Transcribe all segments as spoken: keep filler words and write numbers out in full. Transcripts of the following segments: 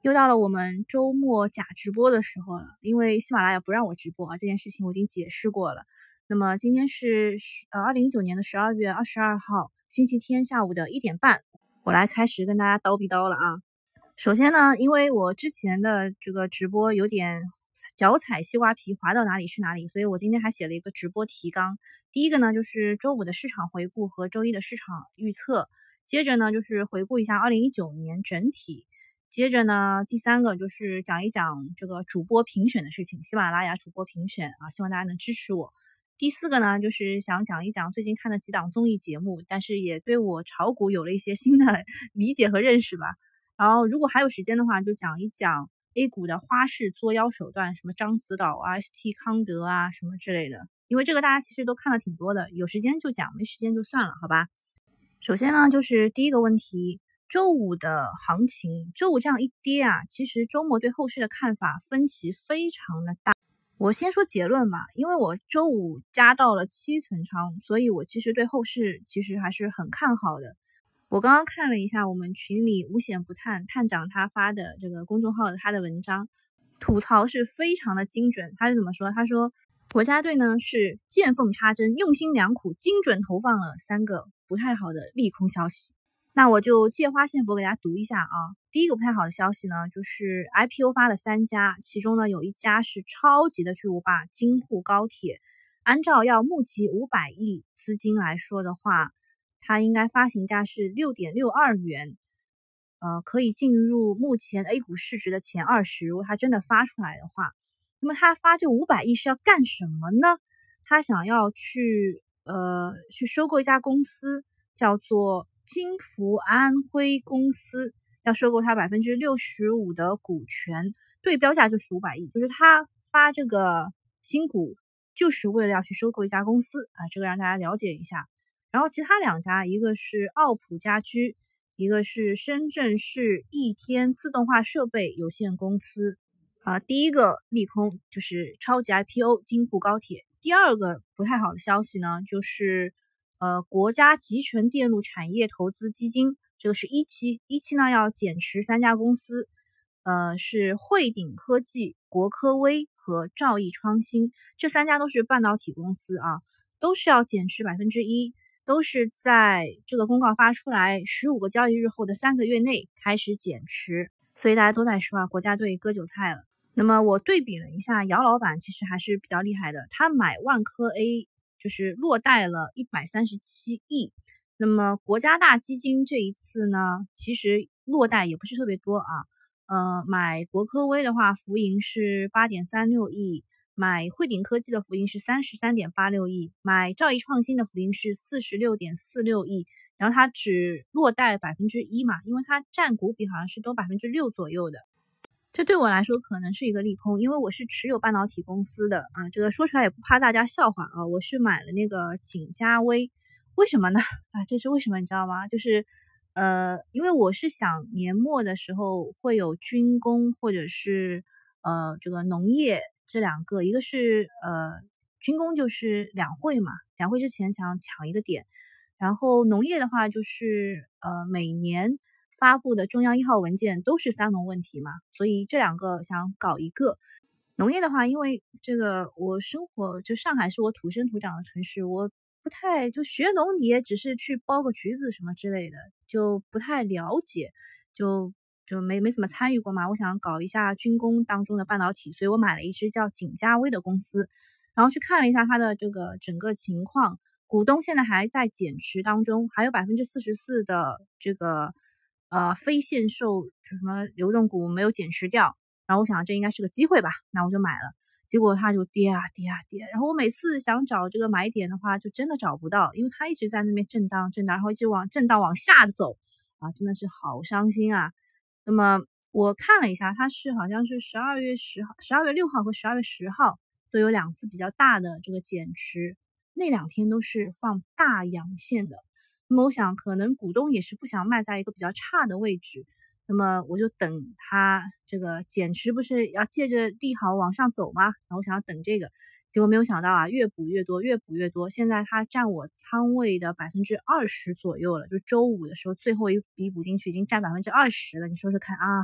又到了我们周末假直播的时候了，因为喜马拉雅不让我直播啊，这件事情我已经解释过了。那么今天是呃二零一九年的十二月二十二号星期天下午的一点半，我来开始跟大家叨逼叨了啊。首先呢，因为我之前的这个直播有点脚踩西瓜皮，滑到哪里是哪里，所以我今天还写了一个直播提纲。第一个呢就是周五的市场回顾和周一的市场预测，接着呢就是回顾一下二零一九年整体。接着呢，第三个就是讲一讲这个主播评选的事情，喜马拉雅主播评选啊，希望大家能支持我。第四个呢，就是想讲一讲最近看的几档综艺节目，但是也对我炒股有了一些新的理解和认识吧。然后如果还有时间的话，就讲一讲 A 股的花式作妖手段，什么獐子岛啊、S T 康德啊什么之类的，因为这个大家其实都看了挺多的，有时间就讲，没时间就算了，好吧。首先呢，就是第一个问题。周五的行情，周五这样一跌啊，其实周末对后市的看法分歧非常的大。我先说结论吧，因为我周五加到了七层仓，所以我其实对后市其实还是很看好的。我刚刚看了一下我们群里无险不探探长他发的这个公众号的他的文章，吐槽是非常的精准。他是怎么说？他说国家队呢是见缝插针，用心良苦，精准投放了三个不太好的利空消息。那我就借花献佛给大家读一下啊。第一个不太好的消息呢，就是 I P O 发了三家，其中呢有一家是超级的巨无霸京沪高铁，按照要募集五百亿资金来说的话，它应该发行价是 六点六二元，呃，可以进入目前 A 股市值的前二十，如果它真的发出来的话。那么他发这五百亿是要干什么呢？他想要去呃去收购一家公司，叫做金福安徽公司，要收购它百分之六十五的股权，对标价就是五百亿，就是他发这个新股就是为了要去收购一家公司啊，这个让大家了解一下。然后其他两家，一个是奥普家居，一个是深圳市易天自动化设备有限公司。啊、呃，第一个利空就是超级 I P O 京沪高铁，第二个不太好的消息呢，就是呃国家集成电路产业投资基金，这个是一期，一期呢要减持三家公司，呃是汇顶科技、国科微和兆易创新，这三家都是半导体公司啊，都是要减持百分之一，都是在这个公告发出来十五个交易日后的三个月内开始减持，所以大家都在说啊，国家队割韭菜了。那么我对比了一下，姚老板其实还是比较厉害的，他买万科 A 就是落袋了一百三十七亿。那么国家大基金这一次呢，其实落袋也不是特别多啊。呃，买国科微的话，浮盈是 八点三六亿，买汇顶科技的浮盈是 三十三点八六亿，买兆易创新的浮盈是 四十六点四六亿。然后它只落袋百分之一嘛，因为它占股比好像是都百分之六左右的。这对我来说可能是一个利空，因为我是持有半导体公司的啊，这个说出来也不怕大家笑话啊，我是买了那个景嘉微，为什么呢？啊，这是为什么你知道吗？就是呃，因为我是想年末的时候会有军工或者是呃这个农业这两个，一个是呃军工就是两会嘛，两会之前想抢一个点，然后农业的话就是呃每年发布的中央一号文件都是三农问题嘛，所以这两个想搞一个。农业的话，因为这个我生活就上海是我土生土长的城市，我不太就学农也只是去剥个橘子什么之类的，就不太了解，就就没没怎么参与过嘛。我想搞一下军工当中的半导体，所以我买了一只叫景嘉微的公司，然后去看了一下它的这个整个情况，股东现在还在减持当中，还有百分之四十四的这个。呃，非限售什么流动股没有减持掉，然后我想这应该是个机会吧，那我就买了，结果它就跌啊跌啊跌，然后我每次想找这个买点的话，就真的找不到，因为它一直在那边震荡震荡，然后一直往震荡往下走啊，真的是好伤心啊。那么我看了一下，它是好像是十二月十号、十二月六号和十二月十号都有两次比较大的这个减持，那两天都是放大阳线的。那么我想可能股东也是不想卖在一个比较差的位置，那么我就等它这个减持不是要借着利好往上走吗？然后我想要等这个，结果没有想到啊，越补越多，越补越多，现在它占我仓位的百分之二十左右了，就周五的时候最后一笔补进去已经占百分之二十了，你说说看啊。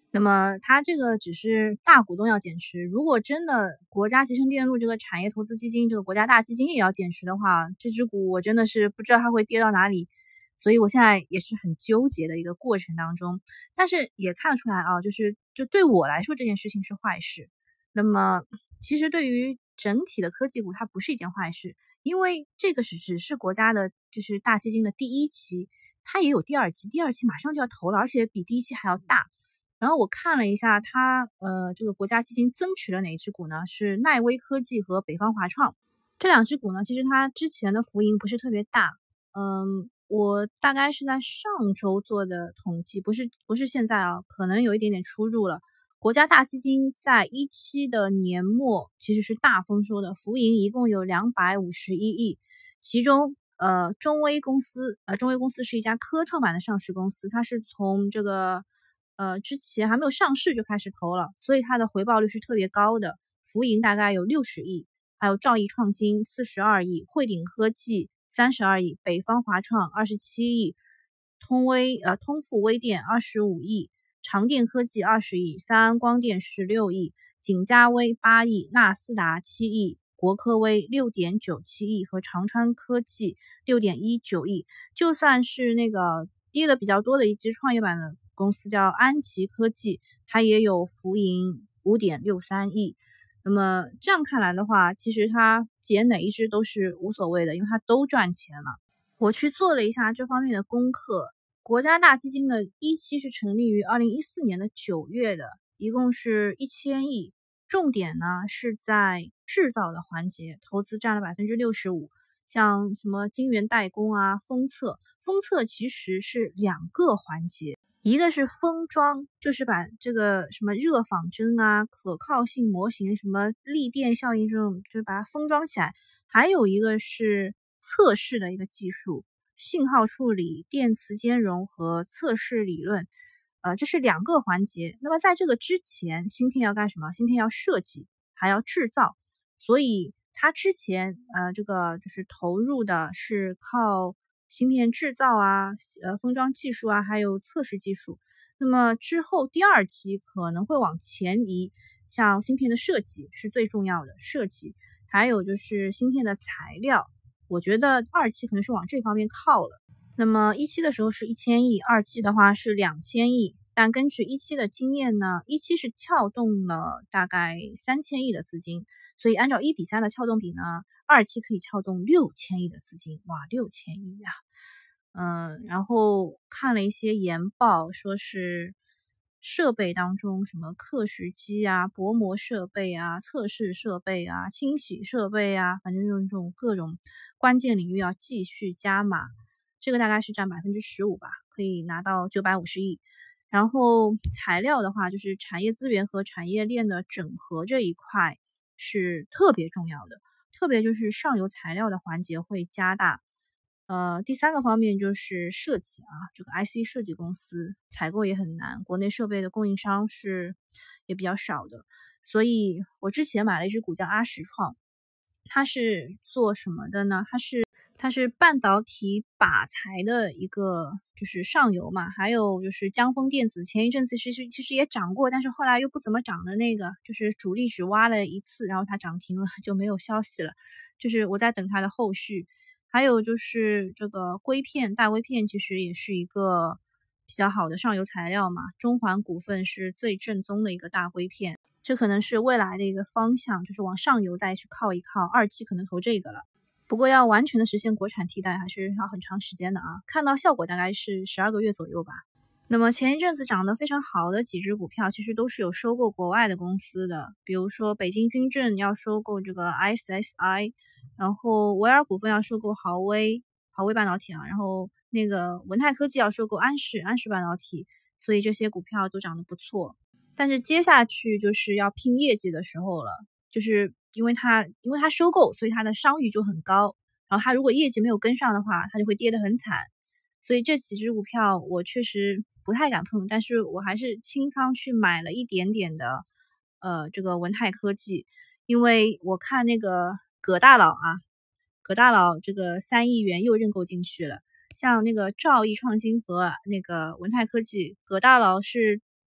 那么它这个只是大股东要减持，如果真的国家集成电路这个产业投资基金，这个国家大基金也要减持的话，这只股我真的是不知道它会跌到哪里，所以我现在也是很纠结的一个过程当中。但是也看得出来啊，就是就对我来说这件事情是坏事。那么其实对于整体的科技股它不是一件坏事，因为这个是只是国家的就是大基金的第一期，它也有第二期，第二期马上就要投了，而且比第一期还要大。然后我看了一下它，呃，这个国家基金增持了哪一只股呢？是奈威科技和北方华创这两只股呢。其实它之前的浮盈不是特别大，嗯，我大概是在上周做的统计，不是不是现在啊，可能有一点点出入了。国家大基金在一期的年末其实是大丰收的，浮盈一共有两百五十一亿，其中呃中微公司，呃中微公司是一家科创板的上市公司，它是从这个。呃，之前还没有上市就开始投了，所以它的回报率是特别高的，浮盈大概有六十亿，还有兆易创新四十二亿，汇顶科技三十二亿，北方华创二十七亿，通微呃通富微电二十五亿，长电科技二十亿，三安光电十六亿，景嘉微八亿，纳斯达七亿，国科微六点九七亿和长川科技六点一九亿，就算是那个跌的比较多的一只创业板的公司叫安琪科技，它也有浮盈五点六三亿。那么这样看来的话，其实它减哪一只都是无所谓的，因为它都赚钱了。我去做了一下这方面的功课，国家大基金的一期是成立于二零一四年的九月的，一共是一千亿，重点呢是在制造的环节，投资占了百分之六十五。像什么晶圆代工啊、封测，封测其实是两个环节。一个是封装，就是把这个什么热仿真啊、可靠性模型、什么力电效应这种，就是把它封装起来。还有一个是测试的一个技术，信号处理、电磁兼容和测试理论，呃，这是两个环节。那么在这个之前，芯片要干什么？芯片要设计，还要制造，所以它之前呃，这个就是投入的是靠芯片制造啊，呃，封装技术啊，还有测试技术。那么之后第二期可能会往前移，像芯片的设计是最重要的，设计，还有就是芯片的材料。我觉得二期可能是往这方面靠了。那么一期的时候是一千亿，二期的话是两千亿。但根据一期的经验呢，一期是撬动了大概三千亿的资金，所以按照一比三的撬动比呢，二期可以撬动六千亿的资金，哇，六千亿呀！嗯，然后看了一些研报，说是设备当中什么刻蚀机啊、薄膜设备啊、测试设备啊、清洗设备啊，反正就是这种各种关键领域要继续加码，这个大概是占百分之十五吧，可以拿到九百五十亿。然后材料的话，就是产业资源和产业链的整合这一块是特别重要的，特别就是上游材料的环节会加大。呃，第三个方面就是设计啊，这个 I C 设计公司采购也很难，国内设备的供应商是也比较少的，所以我之前买了一只股叫阿石创，它是做什么的呢？它是它是半导体靶材的一个就是上游嘛，还有就是江丰电子前一阵子其实其实也涨过，但是后来又不怎么涨的那个，就是主力只挖了一次，然后它涨停了就没有消息了，就是我在等它的后续。还有就是这个硅片，大硅片其实也是一个比较好的上游材料嘛。中环股份是最正宗的一个大硅片，这可能是未来的一个方向，就是往上游再去靠一靠。二期可能投这个了，不过要完全的实现国产替代，还是要很长时间的啊。看到效果大概是十二个月左右吧。那么前一阵子涨得非常好的几只股票，其实都是有收购国外的公司的，比如说北京军政要收购这个 S S I。然后维尔股份要收购豪威，豪威半导体啊，然后那个文泰科技要收购安氏，安氏半导体，所以这些股票都涨得不错。但是接下去就是要拼业绩的时候了，就是因为它因为它收购，所以它的商誉就很高，然后它如果业绩没有跟上的话，它就会跌得很惨。所以这几只股票我确实不太敢碰，但是我还是清仓去买了一点点的，呃，这个文泰科技，因为我看那个。葛大佬啊，葛大佬这个三亿元又认购进去了。像那个兆易创新和那个文泰科技，葛大佬是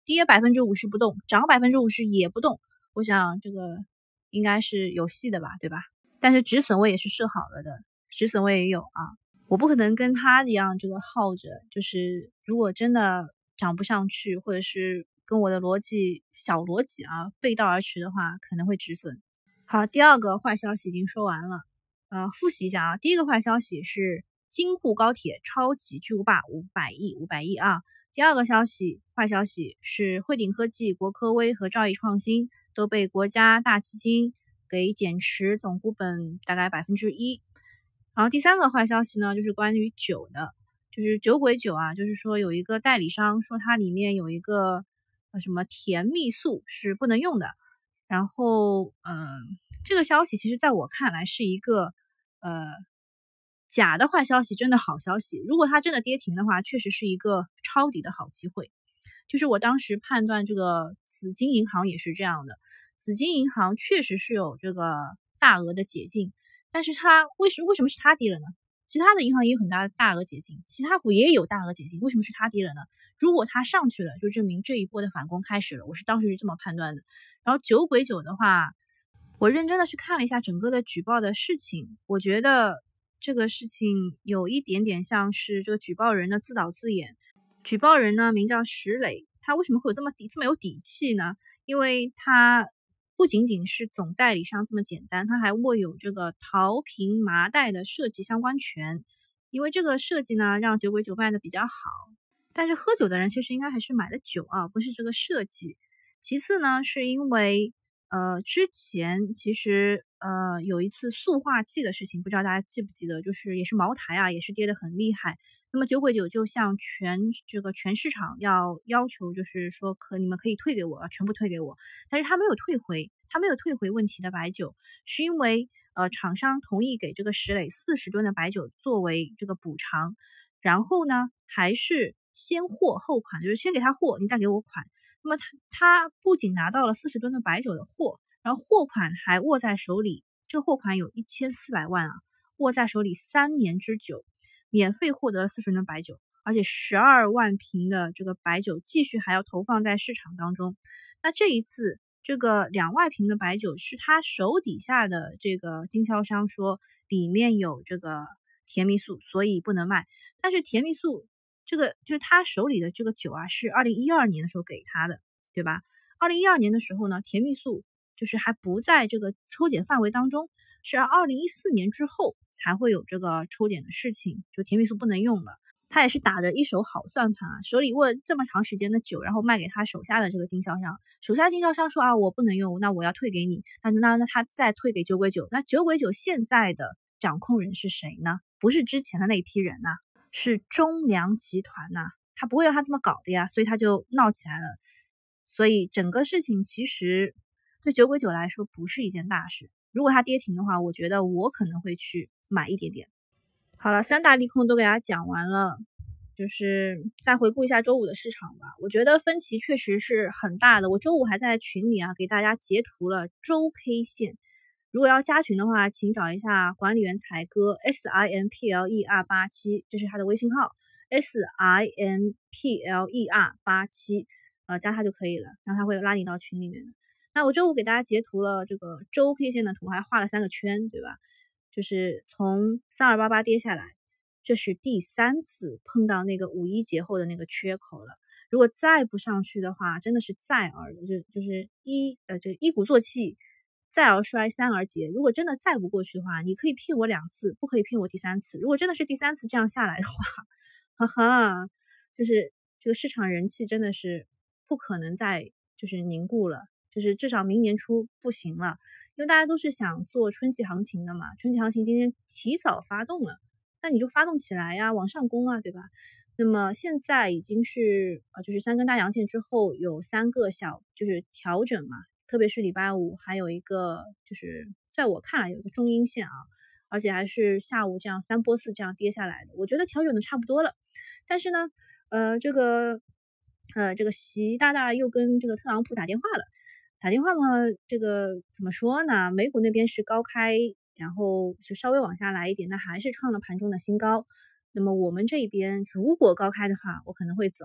跌百分之五十不动，涨百分之五十也不动，我想这个应该是有戏的吧，对吧？但是止损位也是设好了的，止损位也有啊，我不可能跟他一样这个耗着，就是如果真的涨不上去，或者是跟我的逻辑小逻辑啊背道而驰的话，可能会止损。好，第二个坏消息已经说完了，呃，复习一下啊。第一个坏消息是京沪高铁超级巨无霸五百亿，五百亿啊。第二个消息，坏消息是汇顶科技、国科微和兆易创新都被国家大基金给减持总股本大概百分之一。然后第三个坏消息呢，就是关于酒的，就是酒鬼酒啊，就是说有一个代理商说它里面有一个呃什么甜蜜素是不能用的。然后，嗯、呃，这个消息其实在我看来是一个，呃，假的坏消息，真的好消息。如果它真的跌停的话，确实是一个抄底的好机会。就是我当时判断这个紫金银行也是这样的，紫金银行确实是有这个大额的解禁，但是它为什么为什么是它跌了呢？其他的银行也有很大的大额解禁，其他股也有大额解禁，为什么是它跌了呢？如果它上去了，就证明这一波的反攻开始了，我是当时是这么判断的。然后酒鬼酒的话，我认真的去看了一下整个的举报的事情，我觉得这个事情有一点点像是这个举报人的自导自演。举报人呢名叫石磊，他为什么会有这么底这么有底气呢？因为他不仅仅是总代理商这么简单，他还握有这个桃瓶麻袋的设计相关权。因为这个设计呢，让酒鬼酒卖的比较好，但是喝酒的人其实应该还是买的酒啊，不是这个设计。其次呢，是因为呃之前其实呃有一次塑化剂的事情，不知道大家记不记得，就是也是茅台啊，也是跌得很厉害。那么酒鬼酒就向全这个全市场要要求，就是说可你们可以退给我，全部退给我。但是他没有退回，他没有退回问题的白酒，是因为呃厂商同意给这个石磊四十吨的白酒作为这个补偿，然后呢还是先货后款，就是先给他货，你再给我款。那么他他不仅拿到了四十吨的白酒的货，然后货款还握在手里，这个货款有一千四百万啊，握在手里三年之久，免费获得了四十吨白酒，而且十二万瓶的这个白酒继续还要投放在市场当中。那这一次这个两万瓶的白酒是他手底下的这个经销商说里面有这个甜蜜素，所以不能卖。但是甜蜜素这个就是他手里的这个酒啊，是二零一二年的时候给他的，对吧？二零一二年的时候呢，甜蜜素就是还不在这个抽检范围当中，是二零一四年之后才会有这个抽检的事情，就甜蜜素不能用了。他也是打着一手好算盘啊，手里握这么长时间的酒，然后卖给他手下的这个经销商，手下经销商说啊，我不能用，那我要退给你，那那那他再退给酒鬼酒，那酒鬼酒现在的掌控人是谁呢？不是之前的那批人呐、啊，是中粮集团呐、啊，他不会让他这么搞的呀，所以他就闹起来了。所以整个事情其实对酒鬼酒来说不是一件大事，如果它跌停的话，我觉得我可能会去买一点点。好了，三大利空都给大家讲完了，就是再回顾一下周五的市场吧。我觉得分歧确实是很大的，我周五还在群里啊给大家截图了周 K 线。如果要加群的话，请找一下管理员才哥 S I M P L E R 八七，这是他的微信号 S I M P L E R 八七，呃，加他就可以了，然后他会拉你到群里面的。那我周五给大家截图了这个周 K 线的图，还画了三个圈，对吧？就是从三二八八跌下来，这是第三次碰到那个五一节后的那个缺口了。如果再不上去的话，真的是再而就就是一呃就一鼓作气，再而衰，三而竭。如果真的再不过去的话，你可以骗我两次，不可以骗我第三次。如果真的是第三次这样下来的话，哈哈，就是这个市场人气真的是不可能再就是凝固了，就是至少明年初不行了。因为大家都是想做春季行情的嘛，春季行情今天提早发动了，那你就发动起来呀，往上攻啊，对吧？那么现在已经是呃，就是三根大阳线之后有三个小就是调整嘛，特别是礼拜五还有一个就是在我看来有一个中阴线啊，而且还是下午这样三波四这样跌下来的，我觉得调整的差不多了。但是呢，呃，这个呃这个习大大又跟这个特朗普打电话了。打电话嘛，这个怎么说呢？美股那边是高开，然后就稍微往下来一点，那还是创了盘中的新高。那么我们这边如果高开的话，我可能会走；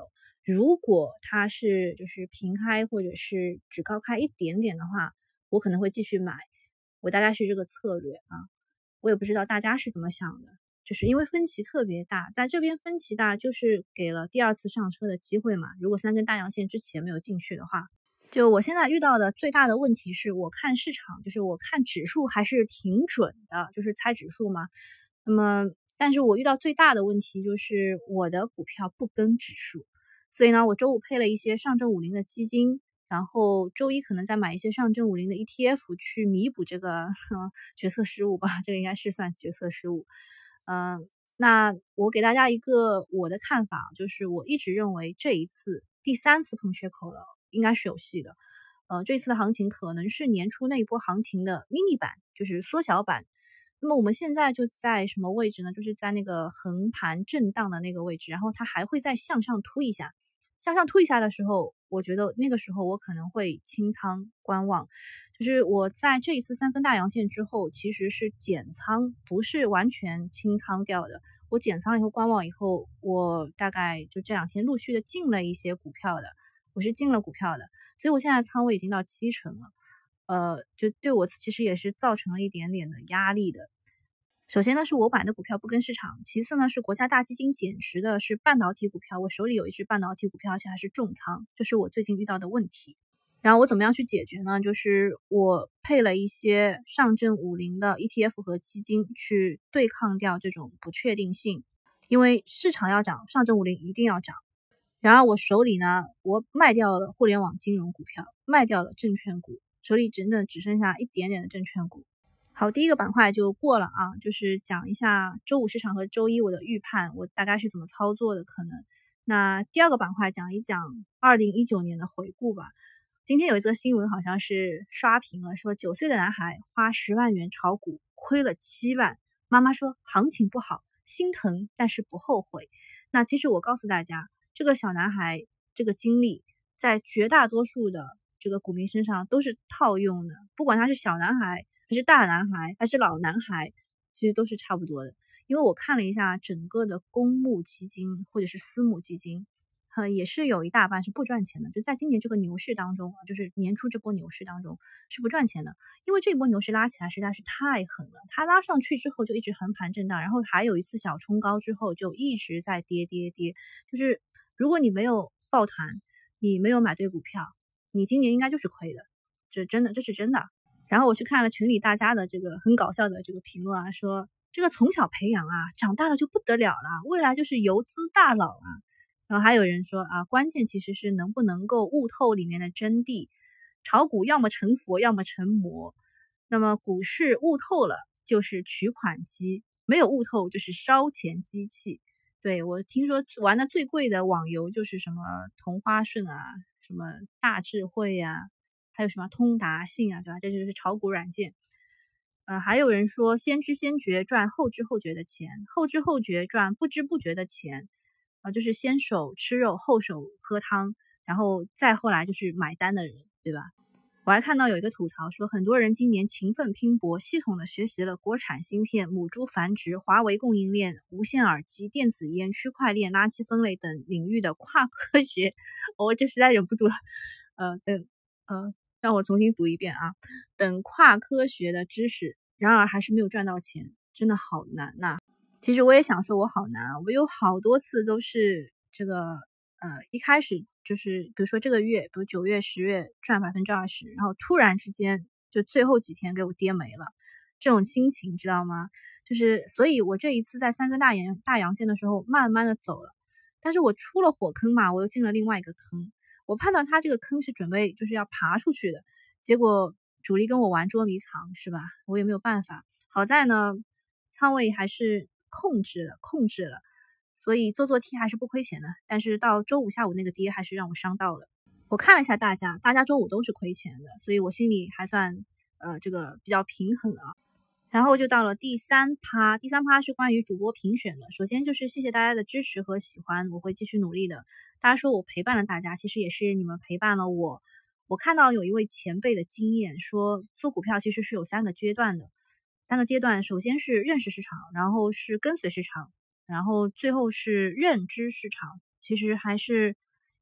如果它是就是平开或者是只高开一点点的话，我可能会继续买，我大概是这个策略啊。我也不知道大家是怎么想的，就是因为分歧特别大，在这边分歧大就是给了第二次上车的机会嘛。如果三根大阳线之前没有进去的话，就我现在遇到的最大的问题是我看市场，就是我看指数还是挺准的，就是猜指数嘛。那么，但是我遇到最大的问题就是我的股票不跟指数，所以呢，我周五配了一些上证五零的基金，然后周一可能再买一些上证五零的 E T F 去弥补这个、嗯、决策失误吧，这个应该是算决策失误。嗯、呃，那我给大家一个我的看法，就是我一直认为这一次第三次碰缺口了，应该是有戏的。呃，这次的行情可能是年初那一波行情的 mini 版，就是缩小版。那么我们现在就在什么位置呢？就是在那个横盘震荡的那个位置，然后它还会再向上突一下。向上突一下的时候，我觉得那个时候我可能会清仓观望。就是我在这一次三根大阳线之后，其实是减仓，不是完全清仓掉的。我减仓以后观望以后，我大概就这两天陆续的进了一些股票的，我是进了股票的，所以我现在仓位已经到七成了。呃，就对我其实也是造成了一点点的压力的。首先呢，是我买的股票不跟市场；其次呢，是国家大基金减持的是半导体股票，我手里有一只半导体股票，而且还是重仓，这是我最近遇到的问题。然后我怎么样去解决呢？就是我配了一些上证五零的 E T F 和基金去对抗掉这种不确定性，因为市场要涨，上证五零一定要涨。然而我手里呢，我卖掉了互联网金融股票，卖掉了证券股，手里真的只剩下一点点的证券股。好，第一个板块就过了啊，就是讲一下周五市场和周一我的预判，我大概是怎么操作的可能。那第二个板块讲一讲二零一九年的回顾吧。今天有一则新闻好像是刷屏了，说九岁的男孩花十万元炒股亏了七万，妈妈说行情不好，心疼但是不后悔。那其实我告诉大家，这个小男孩这个经历在绝大多数的这个股民身上都是套用的，不管他是小男孩还是大男孩还是老男孩，其实都是差不多的。因为我看了一下整个的公募基金或者是私募基金，呃，也是有一大半是不赚钱的，就在今年这个牛市当中啊，就是年初这波牛市当中是不赚钱的，因为这波牛市拉起来实在是太狠了，它拉上去之后就一直横盘震荡，然后还有一次小冲高之后就一直在跌跌跌，就是如果你没有抱团，你没有买对股票，你今年应该就是亏的，这真的，这是真的。然后我去看了群里大家的这个很搞笑的这个评论啊，说这个从小培养啊，长大了就不得了了，未来就是游资大佬啊。然后还有人说啊，关键其实是能不能够悟透里面的真谛，炒股要么成佛，要么成魔。那么股市悟透了就是取款机，没有悟透就是烧钱机器。对，我听说玩的最贵的网游就是什么同花顺啊，什么大智慧啊，还有什么通达信啊，对吧？这就是炒股软件。呃，还有人说先知先觉赚后知后觉的钱，后知后觉赚不知不觉的钱。啊，就是先手吃肉，后手喝汤，然后再后来就是买单的人，对吧？我还看到有一个吐槽说，很多人今年勤奋拼搏，系统的学习了国产芯片、母猪繁殖、华为供应链、无线耳机、电子烟、区块链、垃圾分类等领域的跨科学，我这实在忍不住了。呃，等呃，让我重新读一遍啊，等跨科学的知识，然而还是没有赚到钱，真的好难呐、啊。其实我也想说，我好难啊！我有好多次都是这个，呃，一开始就是，比如说这个月，比如九月、十月赚百分之二十，然后突然之间就最后几天给我跌没了，这种心情知道吗？就是，所以我这一次在三根大阳大阳线的时候，慢慢的走了，但是我出了火坑嘛，我又进了另外一个坑，我判断它这个坑是准备就是要爬出去的，结果主力跟我玩捉迷藏，是吧？我也没有办法。好在呢，仓位还是控制了，控制了，所以做做 T 还是不亏钱的。但是到周五下午那个跌还是让我伤到了。我看了一下大家，大家周五都是亏钱的，所以我心里还算呃这个比较平衡啊。然后就到了第三趴，第三趴是关于主播评选的。首先就是谢谢大家的支持和喜欢，我会继续努力的。大家说我陪伴了大家，其实也是你们陪伴了我。我看到有一位前辈的经验说，做股票其实是有三个阶段的。三个阶段，首先是认识市场，然后是跟随市场，然后最后是认知市场。其实还是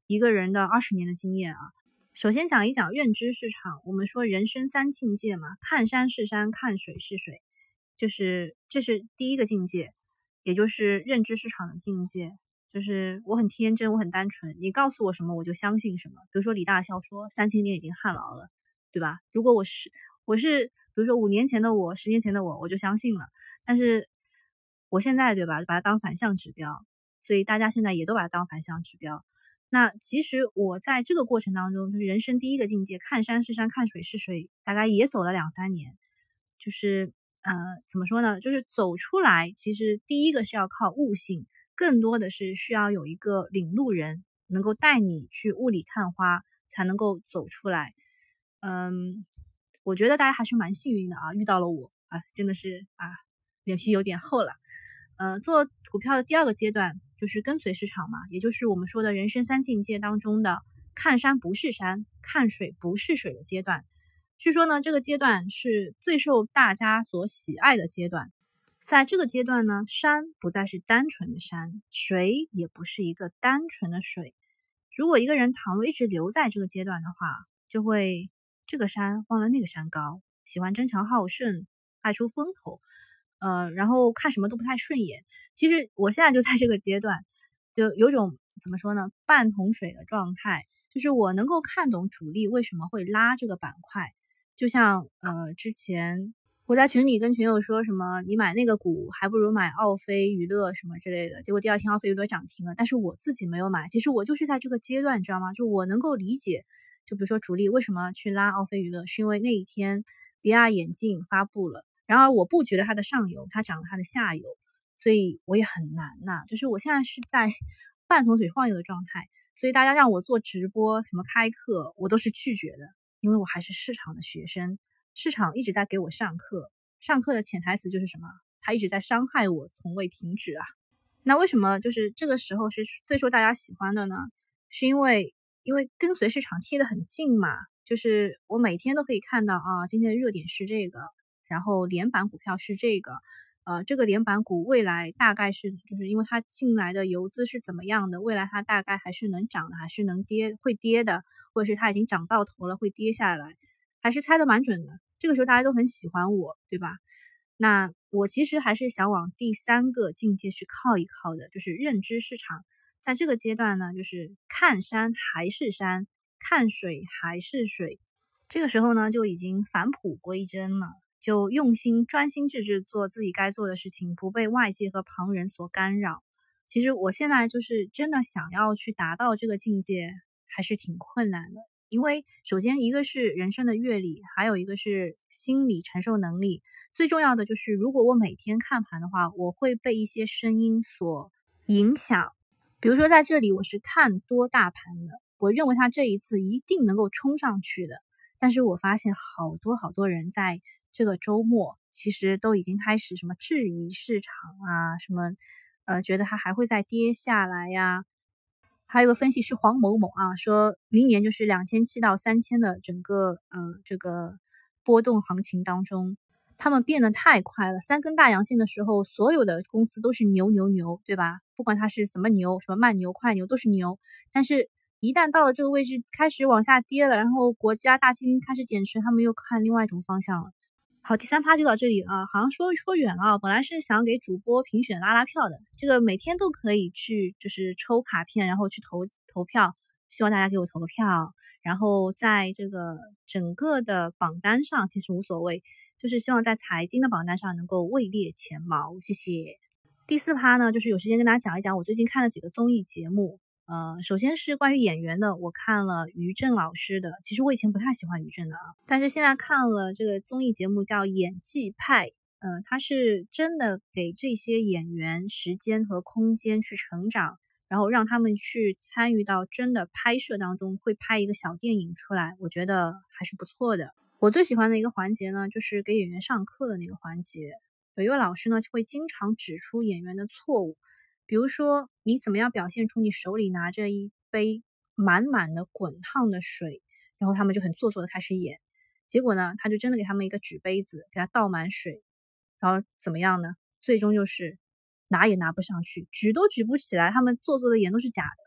一个人的二十年的经验啊。首先讲一讲认知市场，我们说人生三境界嘛，看山是山，看水是水，就是这是第一个境界，也就是认知市场的境界。就是我很天真，我很单纯，你告诉我什么我就相信什么。比如说李大霄说三千年已经旱涝了，对吧？如果我是我是比如说五年前的我，十年前的我，我就相信了。但是我现在对吧，把它当反向指标，所以大家现在也都把它当反向指标。那其实我在这个过程当中，就是人生第一个境界，看山是山，看水是水，大概也走了两三年。就是呃，怎么说呢？就是走出来，其实第一个是要靠悟性，更多的是需要有一个领路人，能够带你去雾里看花，才能够走出来。嗯，我觉得大家还是蛮幸运的啊，遇到了我啊，真的是啊，脸皮有点厚了。呃，做股票的第二个阶段就是跟随市场嘛，也就是我们说的人生三境界当中的看山不是山，看水不是水的阶段。据说呢，这个阶段是最受大家所喜爱的阶段。在这个阶段呢，山不再是单纯的山，水也不是一个单纯的水。如果一个人倘若一直留在这个阶段的话，就会这个山忘了那个山高，喜欢争强好胜，爱出风头。呃，然后看什么都不太顺眼。其实我现在就在这个阶段，就有种怎么说呢，半桶水的状态，就是我能够看懂主力为什么会拉这个板块。就像呃之前我在群里跟群友说什么，你买那个股还不如买奥飞娱乐什么之类的，结果第二天奥飞娱乐涨停了，但是我自己没有买。其实我就是在这个阶段，你知道吗？就我能够理解，就比如说主力为什么去拉奥飞娱乐，是因为那一天 V R 眼镜发布了。然而我不觉得它的上游，它涨了它的下游，所以我也很难呐、啊。就是我现在是在半桶水晃悠的状态，所以大家让我做直播、什么开课，我都是拒绝的，因为我还是市场的学生，市场一直在给我上课，上课的潜台词就是什么？他一直在伤害我，从未停止啊。那为什么就是这个时候是最受大家喜欢的呢？是因为因为跟随市场贴得很近嘛，就是我每天都可以看到啊，今天的热点是这个。然后连板股票是这个，呃，这个连板股未来大概是，就是因为它进来的游资是怎么样的，未来它大概还是能涨的，还是能跌，会跌的，或者是它已经涨到头了，会跌下来，还是猜得蛮准的。这个时候大家都很喜欢我，对吧？那我其实还是想往第三个境界去靠一靠的，就是认知市场。在这个阶段呢，就是看山还是山，看水还是水，这个时候呢就已经返璞归真了。就用心专心致志做自己该做的事情，不被外界和旁人所干扰。其实我现在就是真的想要去达到这个境界，还是挺困难的。因为首先一个是人生的阅历，还有一个是心理承受能力。最重要的就是，如果我每天看盘的话，我会被一些声音所影响。比如说在这里我是看多大盘的，我认为它这一次一定能够冲上去的。但是我发现好多好多人在这个周末其实都已经开始什么质疑市场啊，什么呃觉得它还会再跌下来呀。还有个分析师黄某某啊，说明年就是两千七到三千的整个呃这个波动行情当中，他们变得太快了。三根大阳线的时候，所有的公司都是牛牛牛，对吧？不管它是什么牛，什么慢牛、快牛都是牛。但是一旦到了这个位置开始往下跌了，然后国家大基金开始减持，他们又看另外一种方向了。好，第三趴就到这里了，好像说说远了。本来是想给主播评选拉拉票的，这个每天都可以去就是抽卡片，然后去投投票，希望大家给我投个票。然后在这个整个的榜单上其实无所谓，就是希望在财经的榜单上能够位列前茅，谢谢。第四趴呢，就是有时间跟大家讲一讲我最近看了几个综艺节目。呃，首先是关于演员的，我看了于正老师的。其实我以前不太喜欢于正的啊，但是现在看了这个综艺节目叫《演技派》，呃，他是真的给这些演员时间和空间去成长，然后让他们去参与到真的拍摄当中，会拍一个小电影出来，我觉得还是不错的。我最喜欢的一个环节呢，就是给演员上课的那个环节。有一位老师呢，会经常指出演员的错误。比如说，你怎么样表现出你手里拿着一杯满满的滚烫的水，然后他们就很做作的开始演。结果呢，他就真的给他们一个纸杯子，给他倒满水，然后怎么样呢？最终就是拿也拿不上去，举都举不起来，他们做作的演都是假的。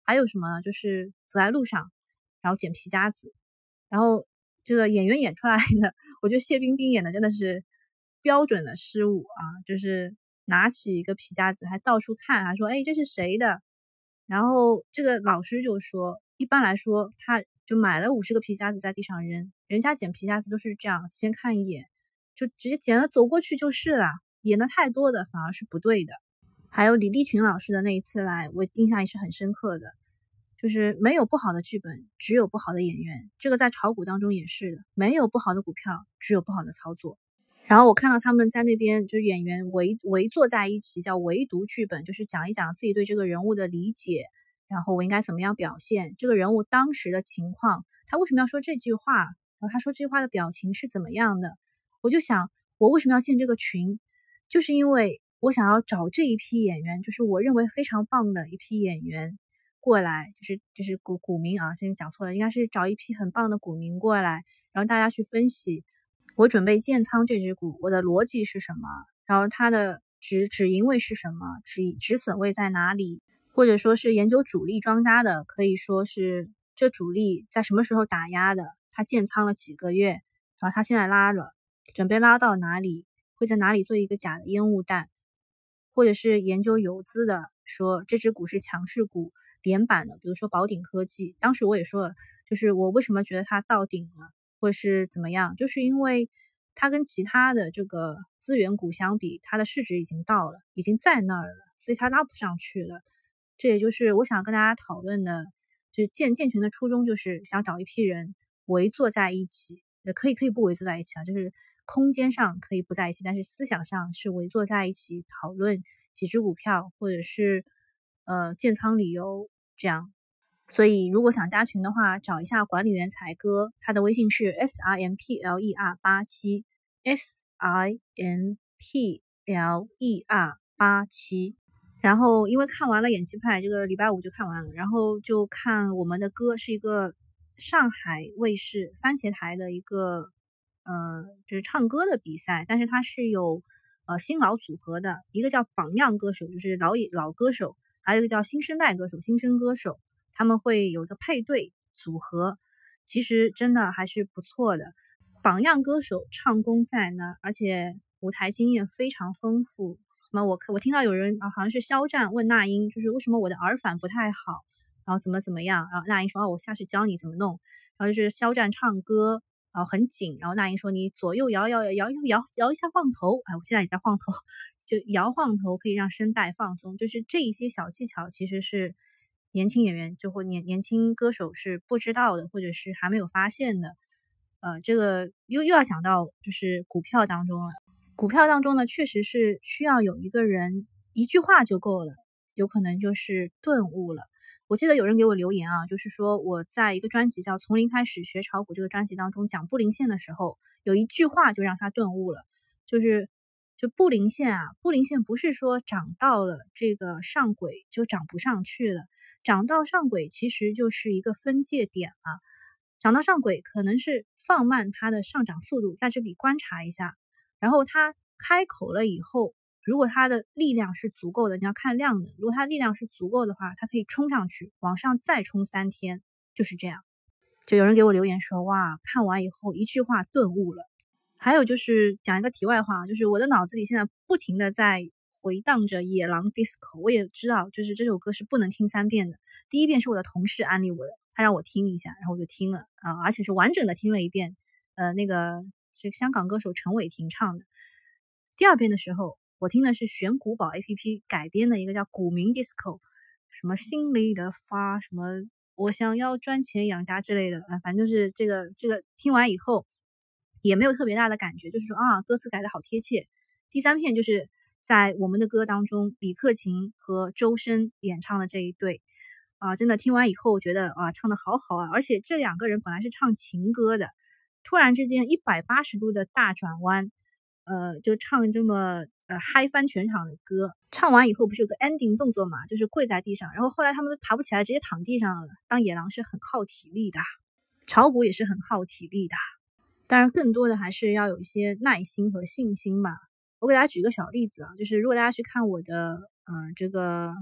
还有什么呢？就是走在路上，然后捡皮夹子，然后这个演员演出来的，我觉得谢冰冰演的真的是标准的失误啊，就是拿起一个皮夹子还到处看，还说哎这是谁的？然后这个老师就说，一般来说他就买了五十个皮夹子在地上扔，人家捡皮夹子都是这样，先看一眼就直接捡了走过去就是了，演的太多的反而是不对的。还有李立群老师的那一次来，我印象也是很深刻的，就是没有不好的剧本，只有不好的演员。这个在炒股当中也是的，没有不好的股票，只有不好的操作。然后我看到他们在那边就是演员围围坐在一起，叫围读剧本，就是讲一讲自己对这个人物的理解，然后我应该怎么样表现这个人物当时的情况，他为什么要说这句话，然后他说这句话的表情是怎么样的。我就想，我为什么要进这个群，就是因为我想要找这一批演员，就是我认为非常棒的一批演员过来，就是就是股股民啊，现在讲错了，应该是找一批很棒的股民过来，然后大家去分析我准备建仓这只股，我的逻辑是什么，然后它的止止盈位是什么，止止损位在哪里，或者说是研究主力庄家的，可以说是这主力在什么时候打压的，他建仓了几个月，然后他现在拉了，准备拉到哪里，会在哪里做一个假的烟雾弹，或者是研究游资的，说这只股是强势股连板的，比如说宝鼎科技，当时我也说了，就是我为什么觉得它到顶了，或是怎么样，就是因为它跟其他的这个资源股相比，它的市值已经到了，已经在那儿了，所以它拉不上去了。这也就是我想跟大家讨论的，就是建建群的初衷，就是想找一批人围坐在一起，也可以可以不围坐在一起啊，就是空间上可以不在一起，但是思想上是围坐在一起讨论几只股票，或者是呃建仓理由这样。所以如果想加群的话，找一下管理员才哥，他的微信是 S I M P L E R 八七 S I M P L E R 八七。然后因为看完了演技派，这个礼拜五就看完了，然后就看我们的歌，是一个上海卫视番茄台的一个呃就是唱歌的比赛，但是它是有呃新老组合的，一个叫榜样歌手，就是老也老歌手，还有一个叫新生代歌手，新生歌手，他们会有一个配对组合，其实真的还是不错的。榜样歌手唱功在那，而且舞台经验非常丰富。什么我我听到有人啊，好像是肖战问那英，就是为什么我的耳返不太好，然后怎么怎么样，然后那英说哦，我下去教你怎么弄。然后就是肖战唱歌，然后很紧，然后那英说你左右摇摇摇摇摇摇一下晃头，哎，我现在也在晃头，就摇晃头可以让声带放松，就是这一些小技巧其实是年轻演员就或年年轻歌手是不知道的，或者是还没有发现的。呃，这个又又要讲到就是股票当中了。股票当中呢，确实是需要有一个人一句话就够了，有可能就是顿悟了。我记得有人给我留言啊，就是说我在一个专辑叫《从零开始学炒股》这个专辑当中讲布林线的时候，有一句话就让他顿悟了，就是就布林线啊，布林线不是说涨到了这个上轨就涨不上去了，涨到上轨其实就是一个分界点啊，涨到上轨可能是放慢它的上涨速度，在这里观察一下。然后它开口了以后，如果它的力量是足够的，你要看量的，如果它力量是足够的话，它可以冲上去，往上再冲三天，就是这样。就有人给我留言说，哇，看完以后一句话顿悟了。还有就是讲一个题外话，就是我的脑子里现在不停的在回荡着野狼 disco， 我也知道就是这首歌是不能听三遍的，第一遍是我的同事安利我的，他让我听一下，然后我就听了啊，而且是完整的听了一遍，呃，那个是香港歌手陈伟霆唱的。第二遍的时候，我听的是选股宝 A P P 改编的一个叫股民 disco， 什么心里的花，什么我想要赚钱养家之类的啊，反正就是这个这个听完以后也没有特别大的感觉，就是说啊，歌词改的好贴切。第三遍就是在我们的歌当中，李克勤和周深演唱的这一对啊，真的听完以后觉得啊，唱的好好啊，而且这两个人本来是唱情歌的，突然之间一百八十度的大转弯，呃，就唱这么呃嗨翻全场的歌。唱完以后不是有个 ending 动作嘛，就是跪在地上，然后后来他们都爬不起来，直接躺地上了。当野狼是很耗体力的，炒股也是很耗体力的，当然更多的还是要有一些耐心和信心吧。我给大家举个小例子啊，就是如果大家去看我的呃这个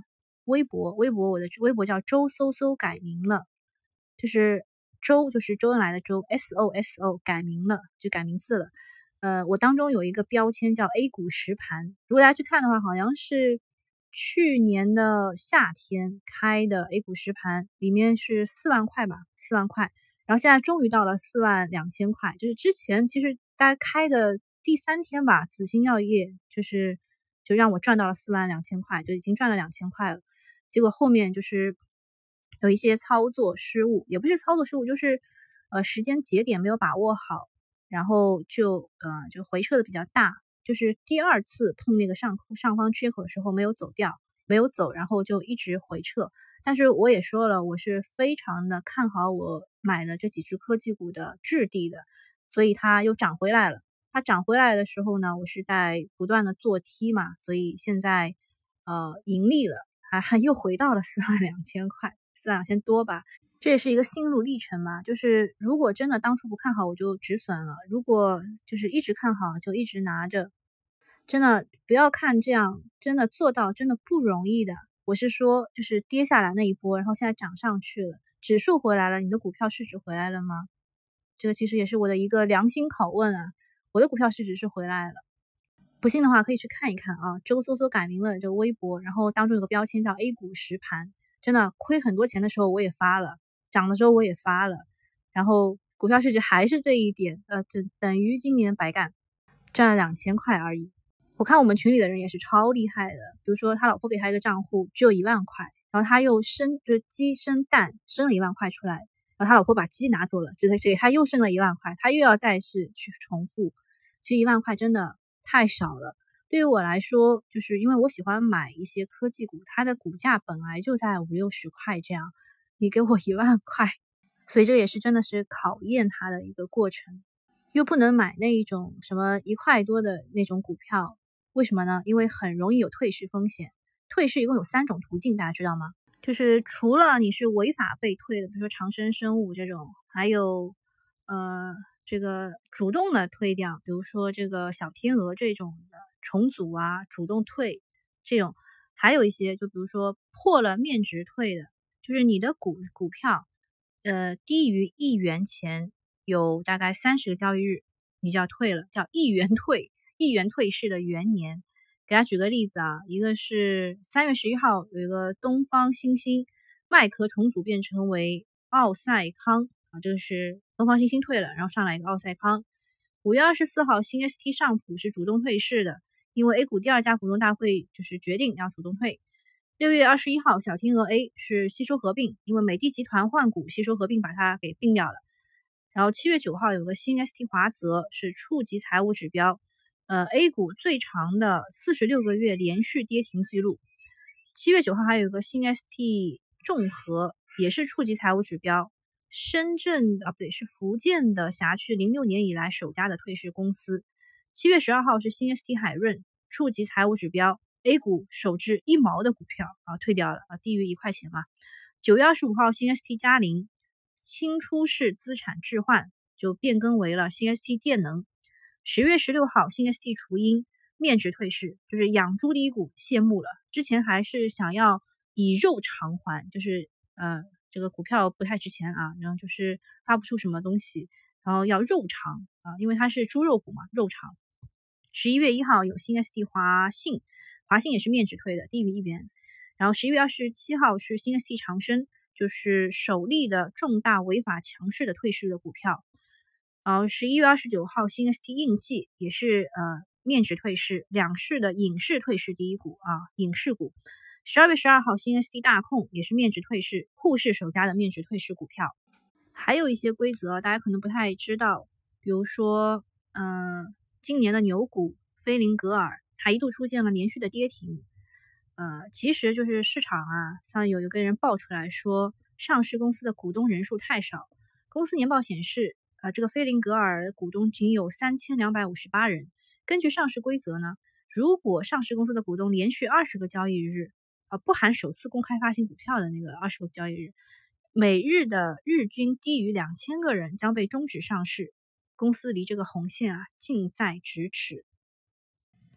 微博，微博我的微博叫周搜搜改名了，就是周就是周恩来的周 ，S O S O 改名了，就改名字了。呃，我当中有一个标签叫 A 股实盘，如果大家去看的话，好像是去年的夏天开的 A 股实盘，里面是四万块吧，四万块，然后现在终于到了四万两千块，就是之前其实大家开的第三天吧，紫星药业就是就让我赚到了四万两千块，就已经赚了两千块了，结果后面就是有一些操作失误，也不是操作失误，就是呃时间节点没有把握好。然后就呃就回撤的比较大，就是第二次碰那个上上方缺口的时候没有走掉，没有走，然后就一直回撤。但是我也说了，我是非常的看好我买的这几只科技股的质地的，所以它又涨回来了。它涨回来的时候呢，我是在不断的做 T 嘛，所以现在呃盈利了，还还又回到了四万两千块，四万两千多吧。这也是一个心路历程嘛，就是如果真的当初不看好，我就止损了；如果就是一直看好，就一直拿着。真的不要看这样，真的做到真的不容易的。我是说，就是跌下来那一波，然后现在涨上去了，指数回来了，你的股票市值回来了吗？这个其实也是我的一个良心拷问啊。我的股票市值是回来了，不信的话可以去看一看啊。周搜搜改名了这个微博，然后当中有个标签叫 A 股实盘，真的亏很多钱的时候我也发了。涨的时候我也发了，然后股票市值还是这一点，呃，这等于今年白干，赚了两千块而已。我看我们群里的人也是超厉害的，比如说他老婆给他一个账户只有一万块，然后他又生就是鸡生蛋生了一万块出来，然后他老婆把鸡拿走了，只给他又生了一万块，他又要再次去重复，其实一万块真的太少了。对于我来说，就是因为我喜欢买一些科技股，它的股价本来就在五六十块这样。你给我一万块，所以这也是真的是考验它的一个过程，又不能买那一种什么一块多的那种股票，为什么呢？因为很容易有退市风险。退市一共有三种途径，大家知道吗？就是除了你是违法被退的，比如说长生生物这种，还有呃这个主动的退掉，比如说这个小天鹅这种的重组啊，主动退这种，还有一些就比如说破了面值退的。就是你的股股票，呃，低于一元钱有大概三十个交易日，你就要退了，叫一元退，一元退市的元年。给大家举个例子啊，一个是三月十一号有一个东方新兴麦壳重组变成为奥赛康啊，这个是东方新兴退了，然后上来一个奥赛康。五月二十四号新 S T 上普是主动退市的，因为 A 股第二家股东大会就是决定要主动退。六月二十一号，小天鹅 A 是吸收合并，因为美的集团换股吸收合并把它给并掉了。然后七月九号有个新 S T 华泽是触及财务指标，呃 A 股最长的四十六个月连续跌停记录。七月九号还有个新 S T 众和也是触及财务指标，深圳啊不对是福建的辖区零六年以来首家的退市公司。七月十二号是新 S T 海润触及财务指标。A 股首支一毛的股票啊退掉了啊，低于一块钱嘛。九月二十五号，新 S T 嘉陵清出式资产置换就变更为了新 S T 电能。十月十六号，新 S T 雏鹰面值退市，就是养猪第一股谢幕了。之前还是想要以肉偿还，就是呃这个股票不太值钱啊，然后就是发不出什么东西，然后要肉偿啊，因为它是猪肉股嘛，肉偿。十一月一号有新 S T 华信。华信也是面值退的，低于一元。然后十一月二十七号是新 S T 长生，就是首例的重大违法强势的退市的股票。然后十一月二十九号新 S T 印记也是呃面值退市，两市的影视退市第一股啊，影视股。十二月十二号新 S T 大控也是面值退市，沪市首家的面值退市股票。还有一些规则大家可能不太知道，比如说嗯、呃，今年的牛股菲林格尔。它一度出现了连续的跌停，呃，其实就是市场啊，像有一个人爆出来说，上市公司的股东人数太少。公司年报显示，呃，这个菲林格尔股东仅有三千两百五十八人。根据上市规则呢，如果上市公司的股东连续二十个交易日，呃，不含首次公开发行股票的那个二十个交易日，每日的日均低于两千个人，将被终止上市。公司离这个红线啊，近在咫尺。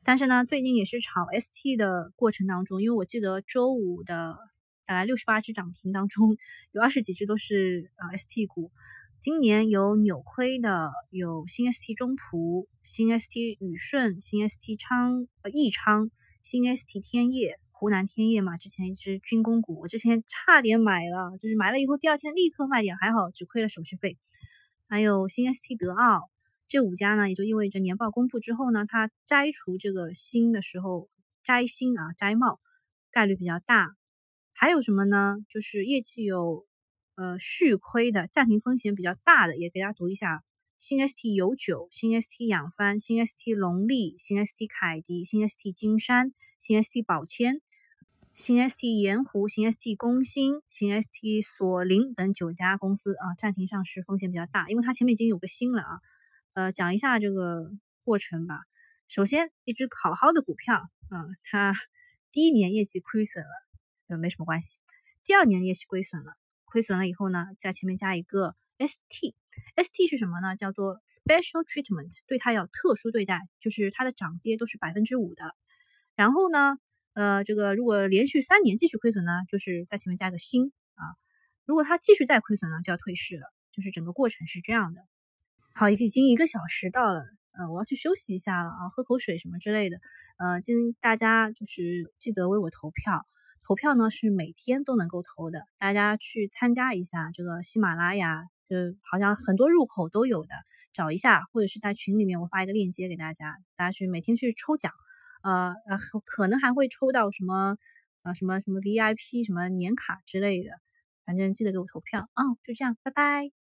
但是呢，最近也是炒 S T 的过程当中，因为我记得周五的大概六十八只涨停当中，有二十几只都是呃 S T 股。今年有扭亏的，有新 S T 中途、新 S T 宇顺、新 S T 昌呃益昌、新 S T 天业、湖南天业嘛，之前一只军工股，我之前差点买了，就是买了以后第二天立刻卖点，还好只亏了手续费。还有新 S T 德奥。这五家呢，也就意味着年报公布之后呢，它摘除这个新的时候摘新啊摘帽概率比较大。还有什么呢？就是业绩有呃续亏的，暂停风险比较大的，也给大家读一下：新 S T 有酒、新 S T 养帆、新 S T 隆力、新 S T 凯迪、新 S T 金山、新 S T 宝谦、新 S T 盐湖、新 S T 工兴、新 S T 索林等九家公司啊，暂停上市风险比较大，因为它前面已经有个新了啊。呃，讲一下这个过程吧。首先，一只好好的股票，啊、它第一年业绩亏损了，呃，没什么关系。第二年业绩亏损了，亏损了以后呢，在前面加一个 S T，S T 是什么呢？叫做 Special Treatment， 对它要特殊对待，就是它的涨跌都是百分之五的。然后呢，呃，这个如果连续三年继续亏损呢，就是在前面加个新啊。如果它继续再亏损呢，就要退市了，就是整个过程是这样的。好，已经一个小时到了，呃，我要去休息一下了啊，喝口水什么之类的。呃，今大家就是记得为我投票，投票呢是每天都能够投的，大家去参加一下这个喜马拉雅，就好像很多入口都有的，找一下，或者是在群里面我发一个链接给大家，大家去每天去抽奖，呃呃，可能还会抽到什么呃什么什么 V I P 什么年卡之类的，反正记得给我投票啊，就这样，拜拜。